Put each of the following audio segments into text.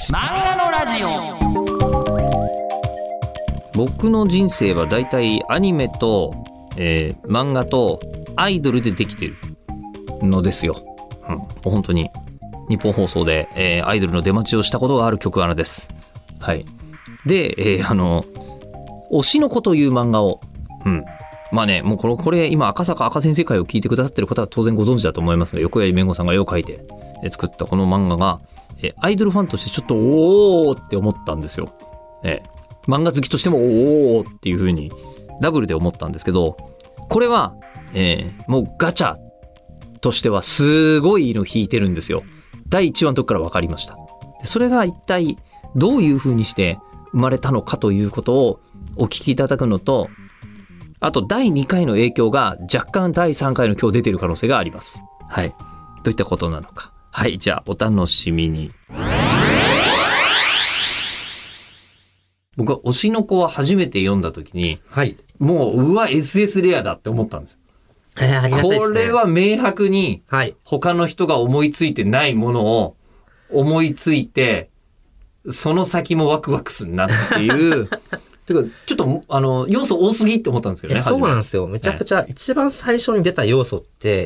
漫画のラジオ。 僕の人生はだいたいアニメと、漫画とアイドルでできてるのですよ、もう本当に日本放送で、アイドルの出待ちをしたことがある局アナです。はい。で、推しの子という漫画を、まあね、もうこれ今赤坂赤先生会を聞いてくださってる方は当然ご存知だと思いますが、横谷めんごさんが絵を描いて作ったこの漫画が、アイドルファンとしてちょっとおーって思ったんですよ。漫画好きとしてもおーっていう風にダブルで思ったんですけど、これは、もうガチャとしてはすごいの引いてるんですよ。第1話の時から分かりました。それが一体どういう風にして生まれたのかということをお聞きいただくのと、あと第2回の影響が若干第3回の今日出ている可能性があります。はい。どういったことなのか。はい。じゃあお楽しみに。僕は推しの子は初めて読んだ時に、はい、もうSS レアだって思ったんです。 ありがたいですね。 これは明白に他の人が思いついてないものを思いついて、その先もワクワクすんなっていうてかちょっと要素多すぎって思ったんですよね。 そうなんですよ。めちゃくちゃ一番最初に出た要素って、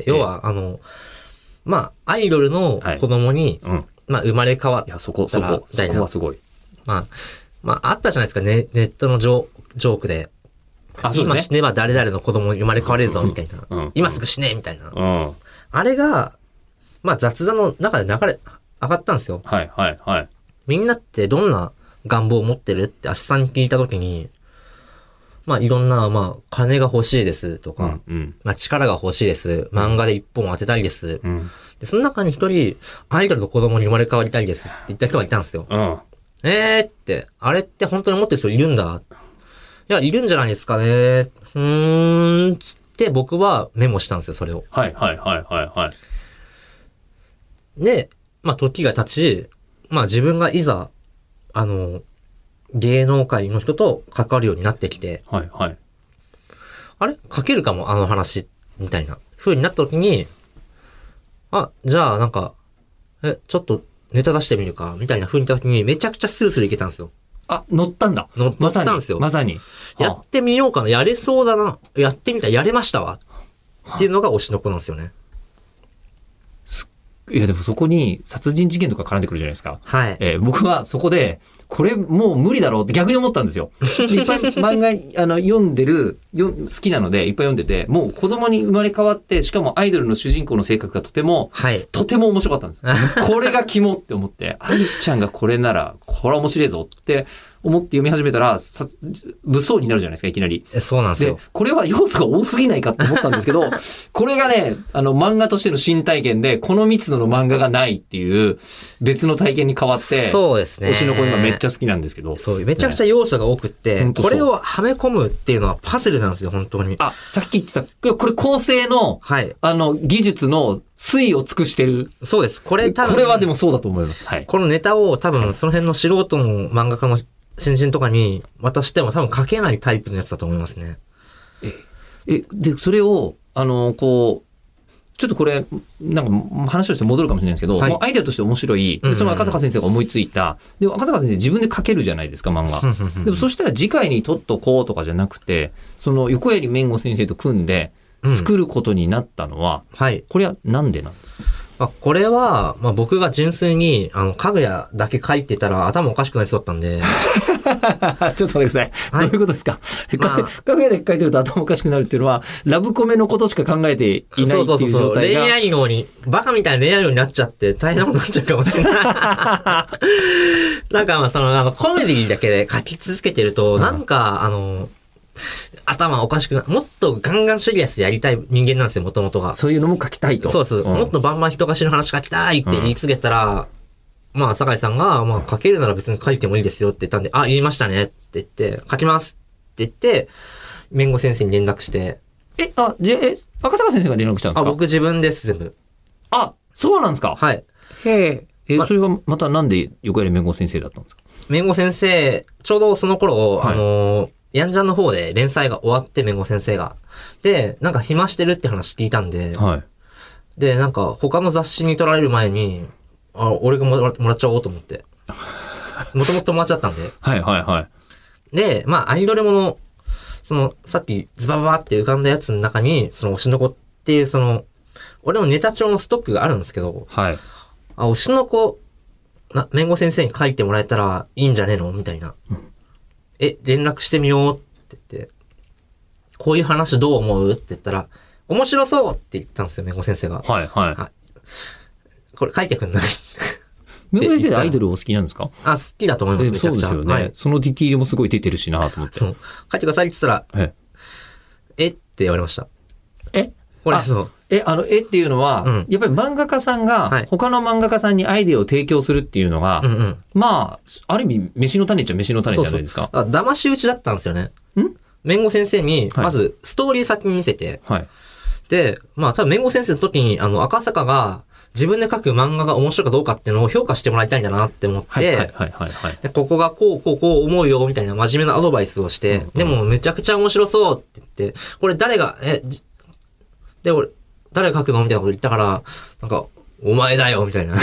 要はまあアイドルの子供に、まあ生まれ変わったら、 そこはすごい。 まああったじゃないですかね、ネットのジョークで。今死ねば誰々の子供に生まれ変われるぞみたいな、今すぐ死ねみたいな、あれがまあ雑談の中で上がったんですよ。 はいはいはい。 みんなってどんな願望を持ってるってアシさんに聞いたときに、まあいろんな、まあ金が欲しいですとか、まあ力が欲しいです、漫画で一本当てたいです、でその中に一人アイドルの子供に生まれ変わりたいですって言った人がいたんですよ。ってあれって本当に思ってる人いるんだ。いや、いるんじゃないですかね。つって僕はメモしたんですよ、それを。 はいはいはいはいはい。 で、まあ時が経ち、まあ自分がいざ、芸能界の人と関わるようになってきて、 はいはい。 あれ書けるかも、あの話、みたいな風になった時に、じゃあなんか、ちょっとネタ出してみるか、みたいな風になった時にめちゃくちゃスルスルいけたんですよ。 乗ったんだ。 乗ったんですよ。 まさに。 やってみようかな。やれそうだな。やってみた。やれましたわ。っていうのが推しの子なんですよね。 いやでもそこに殺人事件とか絡んでくるじゃないですか。 はい。 僕はそこで、これもう無理だろうって逆に思ったんですよ。いっぱい漫画読んでる、好きなのでいっぱい読んでて、もう子供に生まれ変わって、しかもアイドルの主人公の性格がとても面白かったんです。これが肝って思って、愛ちゃんがこれなら、これは面白いぞって思って読み始めたら、物騒になるじゃないですか、いきなり。 そうなんですよ。 で、これは要素が多すぎないかって思ったんですけど、これがね、漫画としての新体験で、この密度の漫画がないっていう別の体験に変わって、 そうですね。 推しの子今めっちゃ好きなんですけど。 そう、めちゃくちゃ要素が多くって、これをはめ込むっていうのはパズルなんですよ、本当に。 さっき言ってた、これ構成の、技術の粋を尽くしてる。 そうです。これはでもそうだと思います。はい。 このネタを多分その辺の素人の漫画家の新人とかに渡しても多分書けないタイプのやつだと思いますね。 で、それを、ちょっとこれ、なんか話として戻るかもしれないんですけど、もうアイデアとして面白い、その赤坂先生が思いついた、でも赤坂先生自分で書けるじゃないですか、漫画。でもそしたら次回に撮っとこうとかじゃなくて、その横槍めんご先生と組んで作ることになったのは、これはなんでなんですか？ これは、まあ僕が純粋に、かぐやだけ書いてたら頭おかしくなりそうだったんで。 ちょっと待ってください。どういうことですか？かぐやだけ書いてると頭おかしくなるっていうのは、ラブコメのことしか考えていないっていう状態が。そう。 恋愛能に、バカみたいな恋愛能になっちゃって大変なことになっちゃうかもしれない。なんかまあコメディだけで書き続けてると、なんか、頭おかしくもっとガンガンシリアスでやりたい人間なんですよ、もともとが。 そういうのも書きたいと。 そうです。もっとバンバン人が死ぬ話書きたいって言い告げたら、まあ、酒井さんが、まあ、書けるなら別に書いてもいいですよって言ったんで、言いましたねって言って、書きますって言って、弁護先生に連絡して。 赤坂先生が連絡したんですか？ 僕自分です、全部。 そうなんですか？ はい。 へえ。それはまたなんで横槍弁護先生だったんですか？ 弁護先生、ちょうどその頃、ヤンジャンの方で連載が終わって、弁護先生が。で、なんか暇してるって話聞いたんで、で、なんか他の雑誌に取られる前に、俺がもらっちゃおうと思って。 もともと友達だったんで。 はいはいはい。 で、まあ、アイドルもの、さっきズバババって浮かんだやつの中に、推しの子っていう俺のネタ帳のストックがあるんですけど、 はい。 推しの子、めんご先生に書いてもらえたらいいんじゃねえのみたいな。連絡してみようって言って、こういう話どう思うって言ったら、面白そうって言ったんですよ、めんご先生が。 はいはい。 これ書いてくんないめんご先生アイドルお好きなんですか？ 好きだと思います、めちゃくちゃ。 そうですよね。 はい、 そのディティールもすごい出てるしなと思って。 そう。書いてくださいって言ったら、って言われました。これそう。 っていうのは、やっぱり漫画家さんが、他の漫画家さんにアイデアを提供するっていうのが、まあ、ある意味、飯の種っちゃ飯の種じゃないですか。 騙し討ちだったんですよね。めんご先生に、まず、ストーリー先に見せて、で、まあ、多分めんご先生の時に、赤坂が、自分で書く漫画が面白いかどうかっていうのを評価してもらいたいんだなって思って、で、ここがこう思うよ、みたいな真面目なアドバイスをして、でもめちゃくちゃ面白そうって言って、これ誰が書くのみたいなこと言ったから、なんか、お前だよみたいな。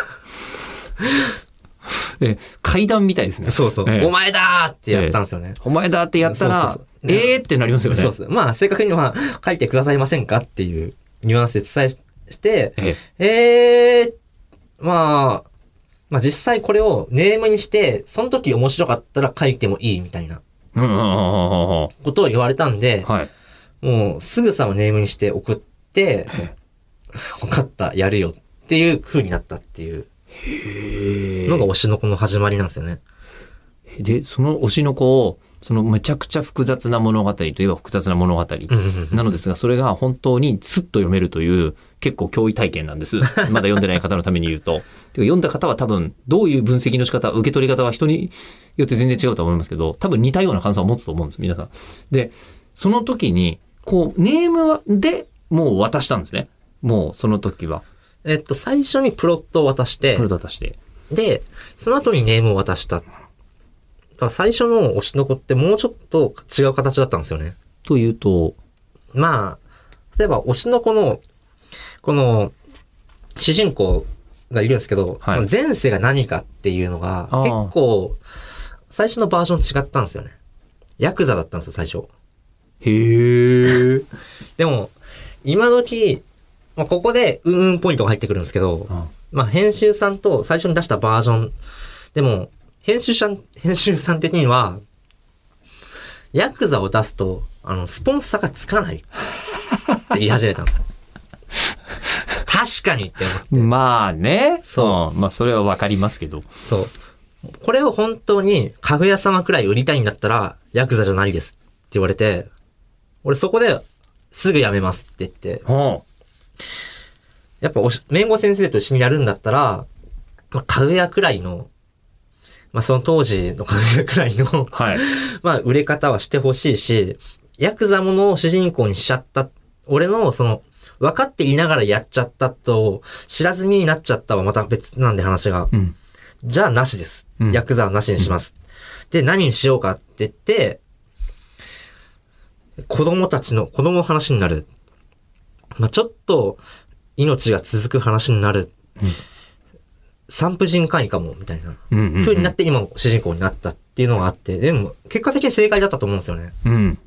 階段みたいですね。 そうそう。お前だーってやったんですよね。 お前だってやったら、ってなりますよね。 そうそう。まあ、正確には、書いてくださいませんかっていうニュアンスで伝えして、まあ実際これをネームにして、その時面白かったら書いてもいいみたいな、ことを言われたんで、もうすぐさまネームにして送って、分かった、やるよっていう風になったっていうのが推しの子の始まりなんですよね。 で、その推しの子を、めちゃくちゃ複雑な物語といえば複雑な物語なのですが、それが本当にスッと読めるという結構驚異体験なんです。まだ読んでない方のために言うと。読んだ方は多分どういう分析の仕方、受け取り方は人によって全然違うと思いますけど、多分似たような感想を持つと思うんです、皆さん。で、その時に、ネームでもう渡したんですね。もうその時は。 最初にプロットを渡して、で、その後にネームを渡した。だから最初の推しの子ってもうちょっと違う形だったんですよね。 というと、 まあ、例えば推しの子の、この、主人公がいるんですけど、前世が何かっていうのが、結構、最初のバージョン違ったんですよね。ヤクザだったんですよ、最初。 へー。 でも、今時、ここで、ポイントが入ってくるんですけど、編集さんと最初に出したバージョン、でも、編集さん的には、ヤクザを出すと、スポンサーがつかないって言い始めたんです。確かにって思って。 まあね。 そう。 まあそれはわかりますけど。 そう。これを本当に、かぐや様くらい売りたいんだったら、ヤクザじゃないですって言われて、俺そこですぐ辞めますって言って、やっぱめんご先生と一緒にやるんだったら、かぐやくらいの、その当時のかぐやくらいの、売れ方はしてほしいし、ヤクザものを主人公にしちゃった、俺の分かっていながらやっちゃったと、知らずになっちゃったはまた別なんで話が。じゃあなしです。ヤクザはなしにします。で、何にしようかって言って、子供の話になる。ちょっと、命が続く話になる。産婦人科医かも、みたいな。風になって今主人公になったっていうのがあって、でも、結果的に正解だったと思うんですよね。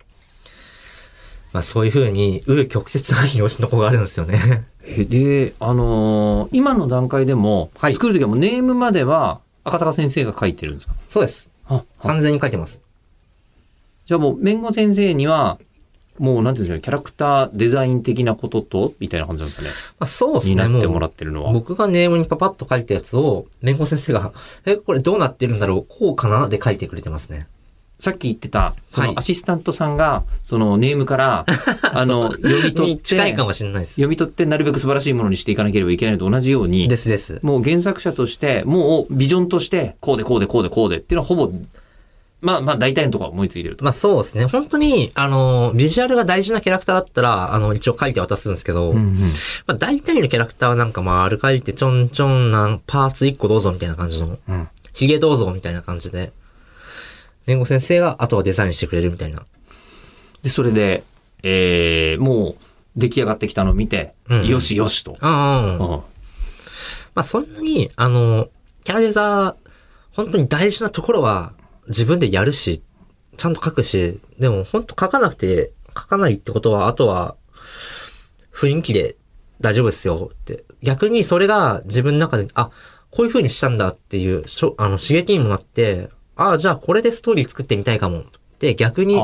そういう風に、曲折あり推しの子があるんですよね。 で、今の段階でも、作るときはもうネームまでは、赤坂先生が書いてるんですか？ そうです。完全に書いてます。 じゃあもう、めんご先生には、もう、なんていうんでしょうね、キャラクターデザイン的なことと、みたいな感じなんですかね。 そうですね。 になってもらってるのは。 僕がネームにパパッと書いたやつを、めんご先生が、これどうなってるんだろう、こうかなで書いてくれてますね。 さっき言ってた、そのアシスタントさんが、そのネームから、読み取って、 近いかもしれないです。 読み取ってなるべく素晴らしいものにしていかなければいけないのと同じように、 です。 もう原作者として、もうビジョンとして、こうでこうでこうでこうでっていうのはほぼ、大体のところは思いついてると。 そうですね。本当に、ビジュアルが大事なキャラクターだったら、一応書いて渡すんですけど、大体のキャラクターはなんか丸書いてちょんちょんパーツ1個どうぞみたいな感じの、ヒゲどうぞみたいな感じで、めんご先生があとはデザインしてくれるみたいな。 で、それで、もう出来上がってきたのを見て、よしよしと。 そんなに、キャラデザ本当に大事なところは自分でやるし、ちゃんと書くし、でも本当書かないってことは、あとは雰囲気で大丈夫ですよって。逆にそれが自分の中で、こういう風にしたんだっていう刺激にもなって、じゃあこれでストーリー作ってみたいかもって逆に、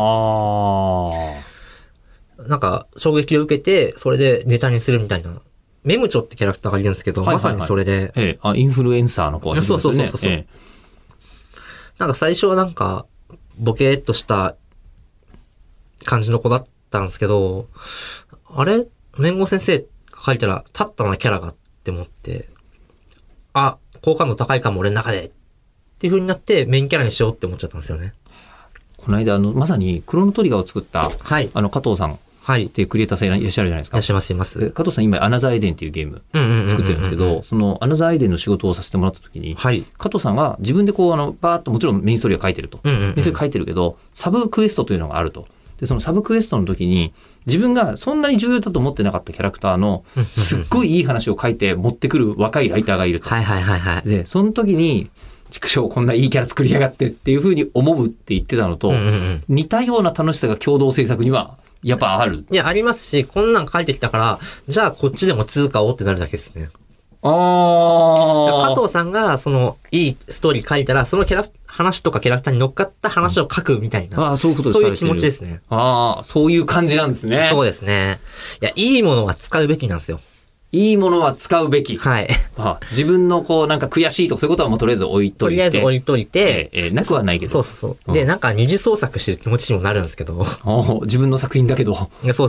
なんか衝撃を受けて、それでネタにするみたいな。メムチョってキャラクターがいるんですけど、まさにそれで。 インフルエンサーの子がいるんですよね。 そう。なんか最初はなんか、ボケーっとした感じの子だったんですけど、あれ年後先生書いたら、立ったなキャラがって思って、好感度高いかも俺の中でっていう風になってメインキャラにしようって思っちゃったんですよね。 この間まさにクロノトリガーを作った、 はい、 加藤さんっていうクリエイターさんいらっしゃるじゃないですか。 います。 加藤さん今アナザーエデンっていうゲーム作ってるんですけど、そのアナザーエデンの仕事をさせてもらった時に、加藤さんが自分でこうバーッともちろんメインストーリーは書いてると、メインストーリー書いてるけどサブクエストというのがあると。でそのサブクエストの時に自分がそんなに重要だと思ってなかったキャラクターのすっごいいい話を書いて持ってくる若いライターがいると。でその時に畜生こんないいキャラ作りやがってっていう風に思うって言ってたのと、似たような楽しさが共同制作にはやっぱある。 いやありますし、こんなん書いてきたからじゃあこっちでも通過をってなるだけですね。加藤さんがそのいいストーリー書いたらその話とかキャラクターに乗っかった話を書くみたいな、 そういうことです。 そういう気持ちですね。 そういう感じなんですね。 そうですね。いやいいものは使うべきなんですよ。 いいものは使うべき。 はい。 自分のこうなんか悔しいとかそういうことはもうとりあえず置いといて。 とりあえず置いといて。 なくはないけど。 そう。で、なんか二次創作してる気持ちにもなるんですけど。 自分の作品だけど。 そう。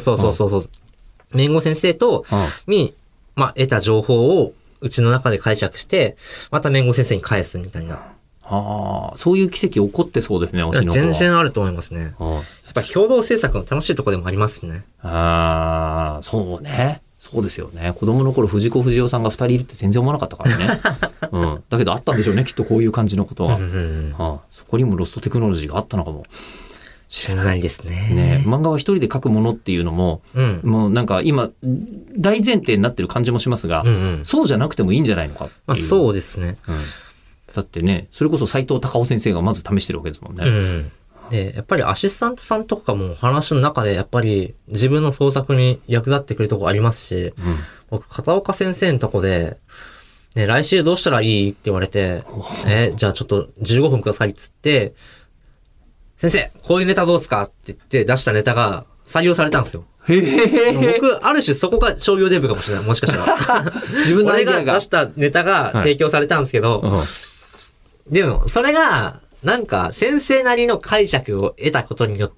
年後先生に、得た情報をうちの中で解釈して、また年後先生に返すみたいな。 そういう奇跡起こってそうですね、推しの子は。 全然あると思いますね。やっぱ共同制作の楽しいところでもありますね。 そうね。そうですよね。子供の頃藤子不二雄さんが2人いるって全然思わなかったからね。だけどあったんでしょうね、きっとこういう感じのことは。そこにもロストテクノロジーがあったのかもしれないですね。 漫画は一人で描くものっていうのも、もうなんか今大前提になってる感じもしますが、そうじゃなくてもいいんじゃないのかっていう。 そうですね。 だってね、それこそ斉藤隆夫先生がまず試してるわけですもんね。 で、やっぱりアシスタントさんとかも話の中でやっぱり自分の創作に役立ってくるとこありますし、僕、片岡先生のとこで、来週どうしたらいいって言われて、じゃあちょっと15分くださいっつって、先生、こういうネタどうすかって言って出したネタが採用されたんですよ。僕、ある種そこが商業デブかもしれない。もしかしたら。自分のアイデアが出したネタが提供されたんですけど、でも、それが、なんか、先生なりの解釈を得たことによって、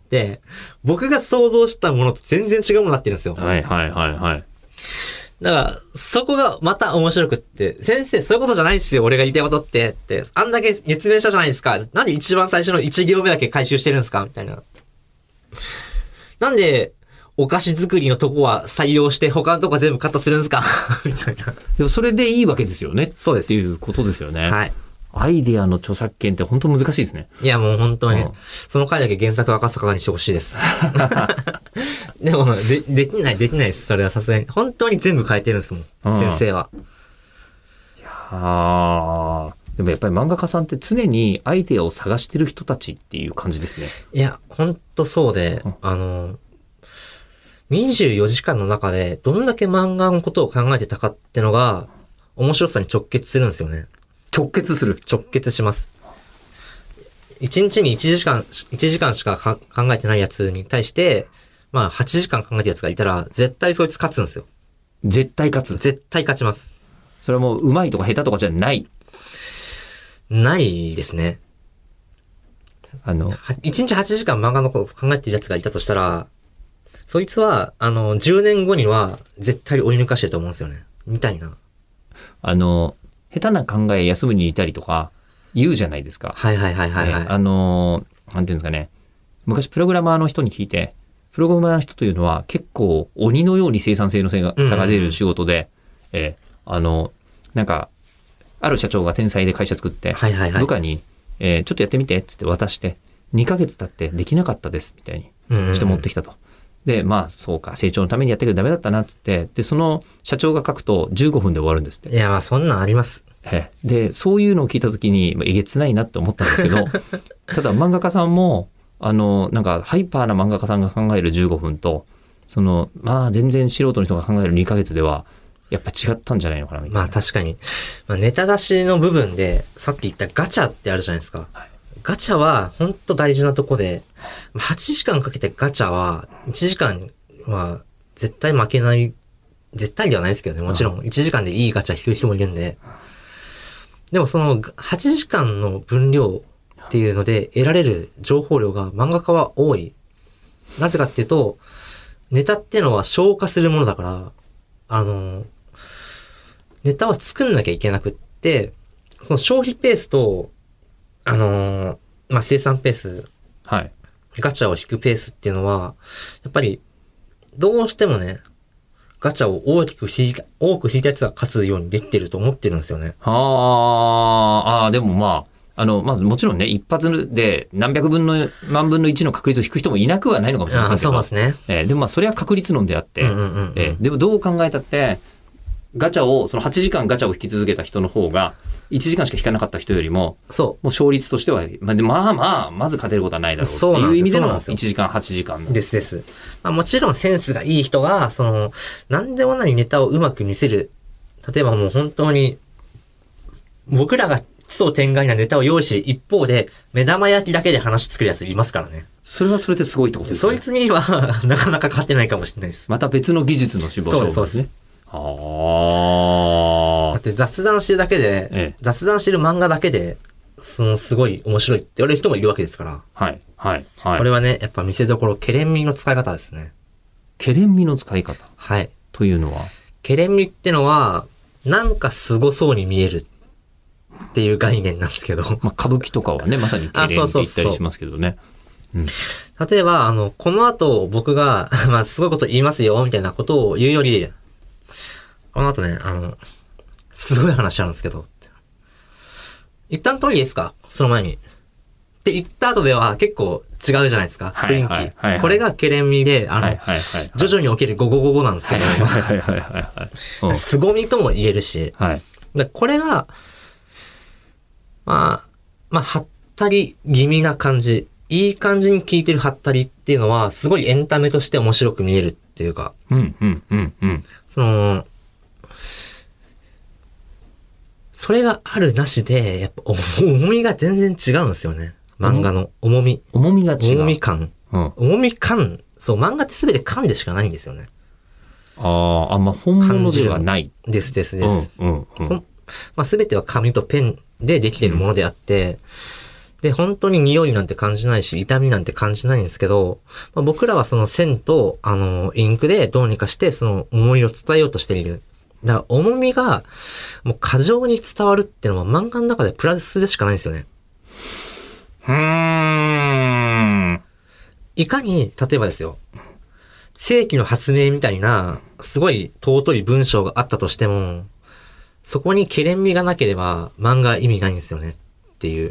僕が想像したものと全然違うものになってるんですよ。だから、そこがまた面白くって、先生、そういうことじゃないんですよ、俺が言いたいことって、あんだけ熱弁したじゃないですか。なんで一番最初の1行目だけ回収してるんですかみたいな。なんで、お菓子作りのとこは採用して、他のとこは全部カットするんですかみたいな。 でもそれでいいわけですよね。 そうです。 っていうことですよね。 はい。 アイデアの著作権って本当難しいですね。 いやもう本当に、その回だけ原作赤坂にしてほしいです。でもできないです。それはさすがに。本当に全部変えてるんですもん、先生は。 でもやっぱり漫画家さんって常にアイデアを探してる人たちっていう感じですね。 いや、本当そうで、24時間の中でどんだけ漫画のことを考えてたかってのが面白さに直結するんですよね。 直結します。1日に1時間しか考えてないやつに対して、8時間考えてるやつがいたら、絶対そいつ勝つんですよ。 絶対勝ちます。 それはもう上手いとか下手とかじゃない。 ないですね。1日8時間漫画のことを考えてるやつがいたとしたら、そいつは、10年後には絶対追い抜かしてると思うんですよね。みたいな。 下手な考え休むにいたりとか言うじゃないですか。なんていうんですかね。昔プログラマーの人に聞いて、プログラマーの人というのは結構鬼のように生産性の差が出る仕事で、なんか、ある社長が天才で会社作って、部下に、ちょっとやってみてっつって渡して、2ヶ月経ってできなかったですみたいにして持ってきたと。で、そうか、成長のためにやったけどダメだったなっつって、で、その社長が書くと15分で終わるんですって。 いや、そんなんあります。 で、そういうのを聞いたときに、えげつないなって思ったんですけど、ただ漫画家さんも、なんかハイパーな漫画家さんが考える15分と、全然素人の人が考える2ヶ月では、やっぱ違ったんじゃないのかなみたいな。 まあ確かに。ネタ出しの部分で、さっき言ったガチャってあるじゃないですか。 はい、 ガチャは本当大事なとこで、8時間かけてガチャは、1時間は絶対負けない、絶対ではないですけどね、もちろん1時間でいいガチャ引く人もいるんで、でもその8時間の分量っていうので得られる情報量が漫画家は多い。なぜかっていうと、ネタっていうのは消化するものだから、ネタは作んなきゃいけなくって、その消費ペースと、生産ペース、 はい。 ガチャを引くペースっていうのは、やっぱり、どうしてもね、ガチャを多く引いたやつが勝つようにできてると思ってるんですよね。 でもまあ、もちろんね、一発で何百分の万分の1の確率を引く人もいなくはないのかもしれませんけど。 そうですね。 でもそれは確率論であって、でもどう考えたって、ガチャを、その8時間ガチャを引き続けた人の方が、1時間しか引かなかった人よりも、もう勝率としては、まず勝てることはないだろうっていう意味での1時間、8時間。 です。もちろんセンスがいい人が、なんでもないネタをうまく見せる。例えばもう本当に、僕らが奇想天外なネタを用意して一方で、目玉焼きだけで話作るやついますからね。 それはそれですごいってことですね。 そいつにはなかなか勝てないかもしれないです。 また別の技術の勝負ですね。 だって雑談してるだけで、雑談してる漫画だけで、すごい面白いって言われる人もいるわけですから。 はい。 これはね、やっぱ見せどころ、ケレン味の使い方ですね。 ケレン味の使い方。 はい。 というのはケレン味ってのは、なんか凄そうに見えるっていう概念なんですけど。 歌舞伎とかはね、まさにケレンって言ったりしますけどね。 例えば、この後僕が、すごいこと言いますよ、みたいなことを言うより、この後ね、すごい話あるんですけど。一旦通りですか？その前に。って言った後では結構違うじゃないですか。雰囲気。これがケレン味で、徐々におけるゴゴゴゴなんですけど、凄みとも言えるし、これが、はったり気味な感じ、いい感じに効いてるはったりっていうのは、すごいエンタメとして面白く見えるっていうか、それがあるなしで、やっぱ重みが全然違うんですよね。漫画の重み。 重みが違う。 重み感。重み感。そう、漫画って全て感でしかないんですよね。 本物ではない。 です。全ては紙とペンでできてるものであって、で、本当に匂いなんて感じないし、痛みなんて感じないんですけど、僕らはその線と、インクでどうにかして、その重みを伝えようとしている。だから、重みが、もう過剰に伝わるっていうのは漫画の中でプラスでしかないんですよね。いかに、例えばですよ、世紀の発明みたいな、すごい尊い文章があったとしても、そこにケレン味がなければ漫画意味ないんですよねっていう。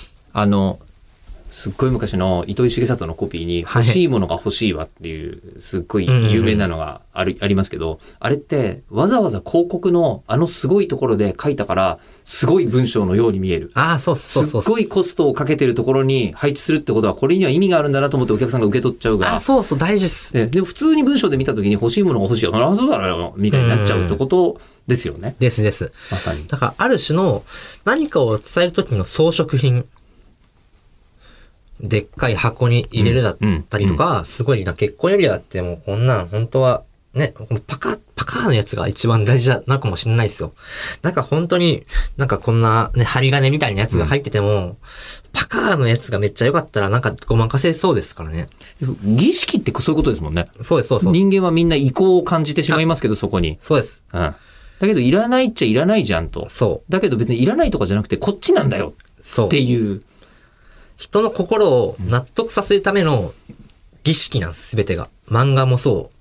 すっごい昔の糸井重里のコピーに欲しいものが欲しいわっていうすっごい有名なのがありますけど、あれってわざわざ広告のすごいところで書いたからすごい文章のように見える。 そう。 すっごいコストをかけてるところに配置するってことはこれには意味があるんだなと思ってお客さんが受け取っちゃうが。 そう、大事です。 でも普通に文章で見た時に欲しいものが欲しいよ。そうだろみたいになっちゃうってことですよね。 です。 まさに。 だからある種の何かを伝える時の装飾品。でっかい箱に入れるだったりとか、すごいな、結婚よりだってもうこんなん本当はね、パカーのやつが一番大事なのかもしれないですよ。なんか本当になんかこんなね、針金みたいなやつが入ってても、パカーのやつがめっちゃ良かったらなんかごまかせそうですからね。 儀式ってそういうことですもんね。 そうです。 人間はみんな意向を感じてしまいますけど、そこに。 そうです。 だけどいらないっちゃいらないじゃんと。 そう。 だけど別にいらないとかじゃなくてこっちなんだよ。っていう。 人の心を納得させるための儀式なんです、すべてが。漫画もそう。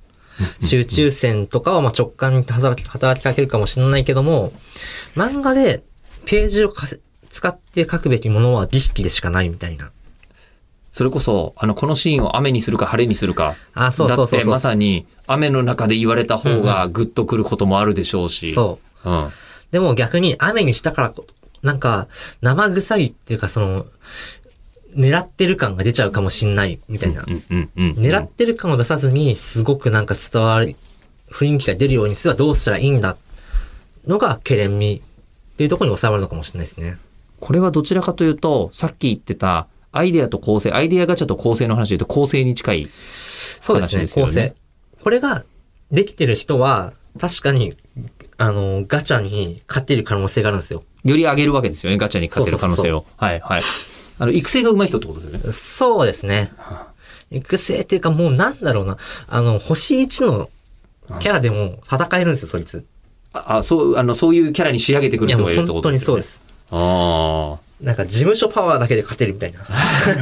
集中線とかは直感に働きかけるかもしれないけども、漫画でページを使って書くべきものは儀式でしかないみたいな。 それこそ、このシーンを雨にするか晴れにするか。 そう。 だってまさに雨の中で言われた方がグッとくることもあるでしょうし。 そう。 でも逆に雨にしたからなんか生臭いっていうか狙ってる感が出ちゃうかもしんないみたいな。狙ってる感を出さずにすごくなんか伝わる雰囲気が出るようにすればどうしたらいいんだのがケレン味っていうところに収まるのかもしれないですね。 これはどちらかというと、さっき言ってたアイデアと構成、アイデアガチャと構成の話で言うと構成に近い話ですよね。 そうですね、構成。これができてる人は確かにガチャに勝てる可能性があるんですよ。 より上げるわけですよね、ガチャに勝てる可能性を。はいはい。育成が上手い人ってことですよね。 そうですね。育成っていうかもうなんだろうな、星1のキャラでも戦えるんですよ、そいつ。 そういうキャラに仕上げてくる人がいるってことですよね。 本当にそうです。なんか事務所パワーだけで勝てるみたいな。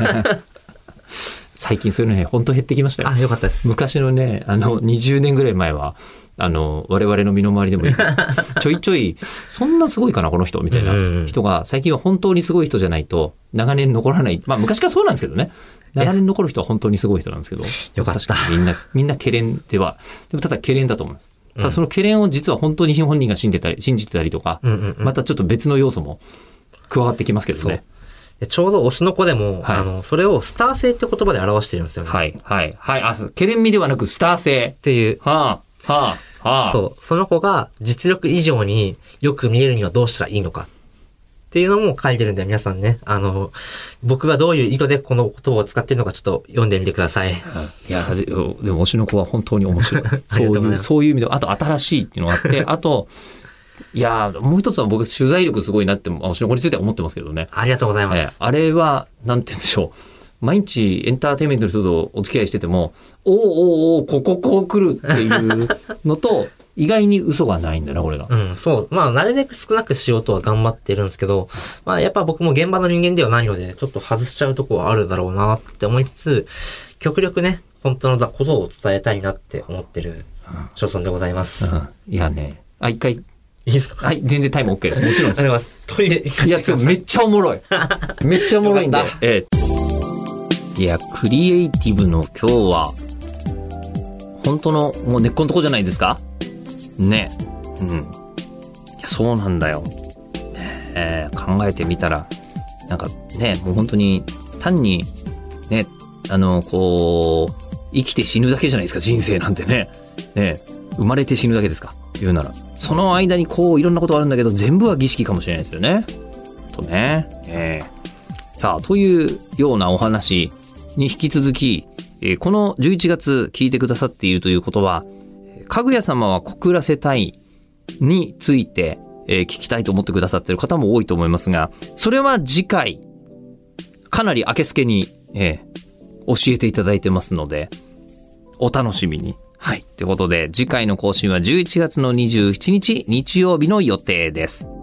最近そういうのね、本当減ってきましたよ。 あ、よかったです。 昔のね、20年ぐらい前は、我々の身の回りでもちょいちょい、そんなすごいかな、この人、みたいな人が、最近は本当にすごい人じゃないと、長年残らない。まあ、昔からそうなんですけどね。長年残る人は本当にすごい人なんですけど。 よかった。 確かにみんなケレンでは、でもただケレンだと思います。ただそのケレンを実は本当に本人が信じてたりとか、またちょっと別の要素も加わってきますけどね。 ちょうど推しの子でも、それをスター性って言葉で表してるんですよね。 はい、はい、はい。ケレン味ではなくスター性。 っていう。そう。その子が実力以上によく見えるにはどうしたらいいのか。っていうのも書いてるんで、皆さんね、僕がどういう意図でこの言葉を使ってるのかちょっと読んでみてください。 いや、でも推しの子は本当に面白い。そういう意味で、あと新しいっていうのがあって、あと、いやもう一つは僕取材力すごいなって推しの子については思ってますけどね。 ありがとうございます。 あれはなんて言うんでしょう、毎日エンターテインメントの人とお付き合いしててもここ来るっていうのと意外に嘘がないんだなこれが。 そう。まあなるべく少なくしようとは頑張ってるんですけど、まあやっぱ僕も現場の人間ではないのでちょっと外しちゃうとこはあるだろうなって思いつつ、極力ね本当のことを伝えたいなって思ってる所存でございます。 いやね、一回いいですか？ はい、全然タイム OK です。もちろんです。 ありがとうございます。トイレ行かせてください。 いや、めっちゃおもろい。めっちゃおもろいんで。いや、クリエイティブの今日は、本当の、もう根っこのとこじゃないですかね。いや、そうなんだよ。考えてみたら、なんかね、もう本当に、単に、ね、生きて死ぬだけじゃないですか、人生なんてね。生まれて死ぬだけですか。言うならその間にいろんなことあるんだけど全部は儀式かもしれないですよね。とね、さあというようなお話に引き続き、この11月聞いてくださっているということは、かぐや様は告らせたいについて、聞きたいと思ってくださっている方も多いと思いますが、それは次回かなり明けすけに、教えていただいてますのでお楽しみに。はい。ということで、次回の更新は11月の27日日曜日の予定です。